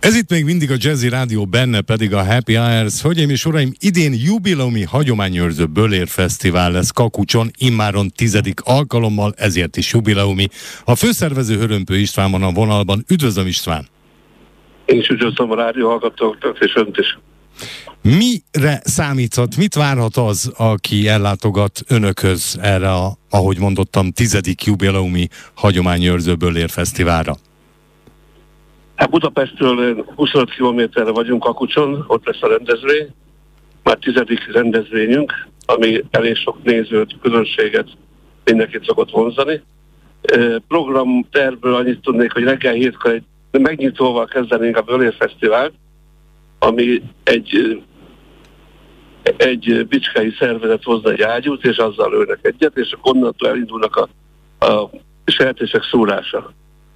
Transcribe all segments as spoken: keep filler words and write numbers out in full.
Ez itt még mindig a Jazzy Rádió, benne pedig a Happy Hours. Hölgyeim és uraim, idén jubileumi hagyományőrző Böll-Ér Fesztivál lesz Kakucson, immáron tizedik alkalommal, ezért is jubileumi. A főszervező Hörömpő István van a vonalban. Üdvözlöm, István! Én is üdvözlöm a rádió hallgatókat, és önt is. Mire számíthat, mit várhat az, aki ellátogat önökhöz erre a, ahogy mondottam, tizedik jubileumi hagyományőrző Böll-Ér Fesztiválra? Hát Budapestről huszonöt kilométerre vagyunk Kakucson, ott lesz a rendezvény. Már tizedik rendezvényünk, ami elég sok nézőt, közönséget, mindenkit szokott vonzani. E, programtervből annyit tudnék, hogy reggel hétkor egy megnyitóval kezdenénk a Böll-Ér Fesztivált, ami egy, egy bicskei szervezet hozna egy ágyút, és azzal lőnek egyet, és akkor onnantól elindulnak a, a sertések szúrása.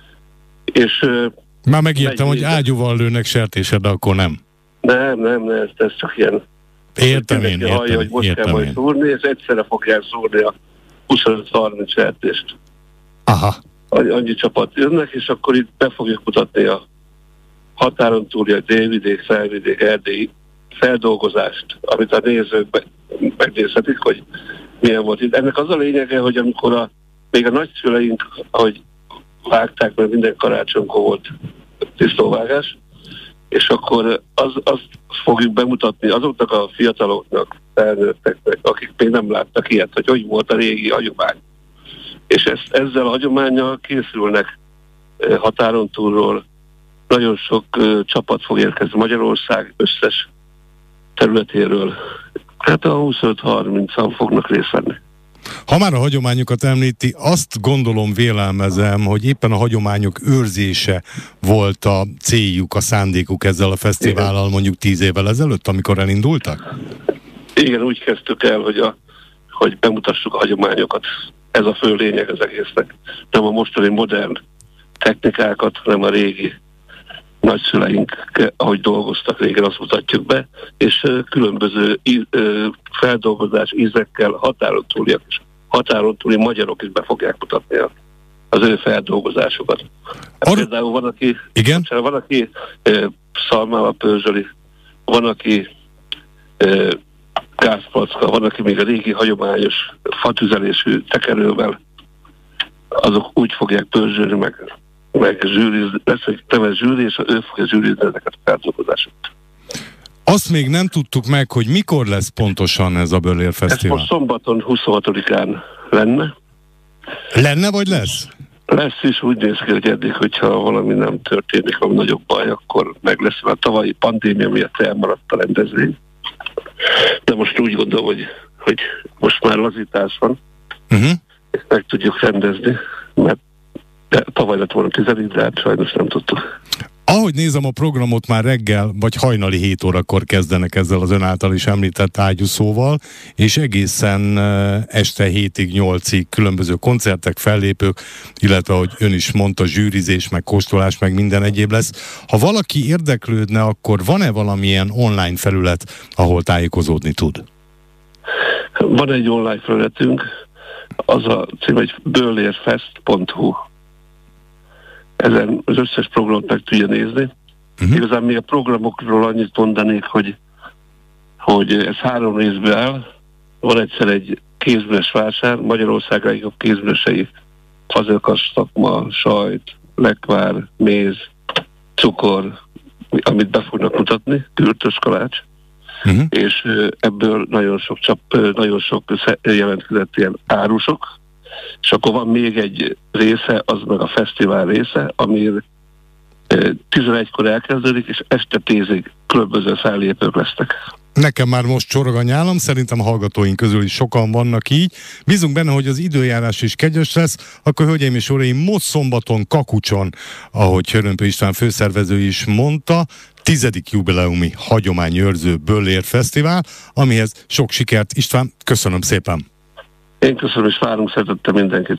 És már megértem, hogy ágyúval lőnek sertésed, de akkor nem. Nem, nem, nem, ez, ez csak ilyen... Értem én, értem, hallja, hogy most értem kell majd én. szúrni, és egyszerre fogják szúrni a huszonöt-harminc sertést. Aha. Annyi csapat jönnek, és akkor itt be fogjuk mutatni a határon túli, a délvidék, felvidék, erdélyi feldolgozást, amit a nézők be, megnézhetik, hogy milyen volt itt. Ennek az a lényege, hogy amikor a, még a nagyszüleink, ahogy vágták, mert minden karácsonykor volt tisztóvágás, és akkor az, azt fogjuk bemutatni azoknak a fiataloknak, felnőtteknek, akik még nem láttak ilyet, hogy hogy volt a régi hagyomány. És ezt, ezzel a hagyománnyal készülnek határon túlról. Nagyon sok uh, csapat fog érkezni Magyarország összes területéről. Hát a huszonöt-harmincan fognak részt venni. Ha már a hagyományokat említi, azt gondolom, vélelmezem, hogy éppen a hagyományok őrzése volt a céljuk, a szándékuk ezzel a fesztivállal. Igen. Mondjuk tíz évvel ezelőtt, amikor elindultak? Igen, úgy kezdtük el, hogy, a, hogy bemutassuk a hagyományokat. Ez a fő lényeg az egésznek. Nem a mostani modern technikákat, hanem a régi nagyszüleink, ahogy dolgoztak régen, azt mutatjuk be, és uh, különböző íz, uh, feldolgozás ízekkel határon túliak és határon túli magyarok is be fogják mutatni a, az ő feldolgozásokat. Ar- Például van, aki, Igen? van, aki uh, szalmával pörzsöli, van, aki uh, gázpalacka, van, aki még a régi hagyományos fatüzelésű tekerővel, azok úgy fogják pörzsölni meg meg zsűriz, lesz egy teves zsűri, és ő fogja zsűrizni ezeket a feldolgozásokat. Azt még nem tudtuk meg, hogy mikor lesz pontosan ez a Böll-Ér Fesztivál. Ez most szombaton huszonhatodikán lenne. Lenne, vagy lesz? Lesz is, úgy néz ki, hogy eddig, hogyha valami nem történik, valami nagyobb baj, akkor meg lesz, mert a tavalyi pandémia miatt elmaradt a rendezvény. De most úgy gondolom, hogy, hogy most már lazítás van, uh-huh. és meg tudjuk rendezni, mert de tavaly lett volna tizedik, de hát sajnos nem tudtuk. Ahogy nézem a programot, már reggel vagy hajnali hét órakor kezdenek ezzel az ön által is említett ágyúszóval, és egészen este hétig, nyolcig különböző koncertek, fellépők, illetve, ahogy ön is mondta, zsűrizés, meg kóstolás, meg minden egyéb lesz. Ha valaki érdeklődne, akkor van-e valamilyen online felület, ahol tájékozódni tud? Van egy online felületünk, az a cím, hogy böllérfest pont hu. Ezen az összes programot meg tudja nézni. Uh-huh. Igazán még a programokról annyit mondanék, hogy, hogy ez három részből áll. Van egyszer egy kézműves vásár, Magyarország legjobb kézművesei, fazekas szakma, sajt, lekvár, méz, cukor, amit be fognak mutatni, kürtös kalács. Uh-huh. És ebből nagyon sok csap, nagyon sok jelentkezett ilyen árusok. És akkor van még egy része, az meg a fesztivál része, ami tizenegykor elkezdődik, és este tízig különböző fellépők lesznek. Nekem már most csorog a nyálam, szerintem a hallgatóink közül is sokan vannak így. Bízunk benne, hogy az időjárás is kegyes lesz, akkor hölgyeim és uraim, most szombaton Kakucson, ahogy Hörömpő István főszervező is mondta, tizedik jubileumi hagyományőrző Böll-Ér Fesztivál, amihez sok sikert. István, köszönöm szépen! Én köszönöm, és várunk szeretettel mindenkit.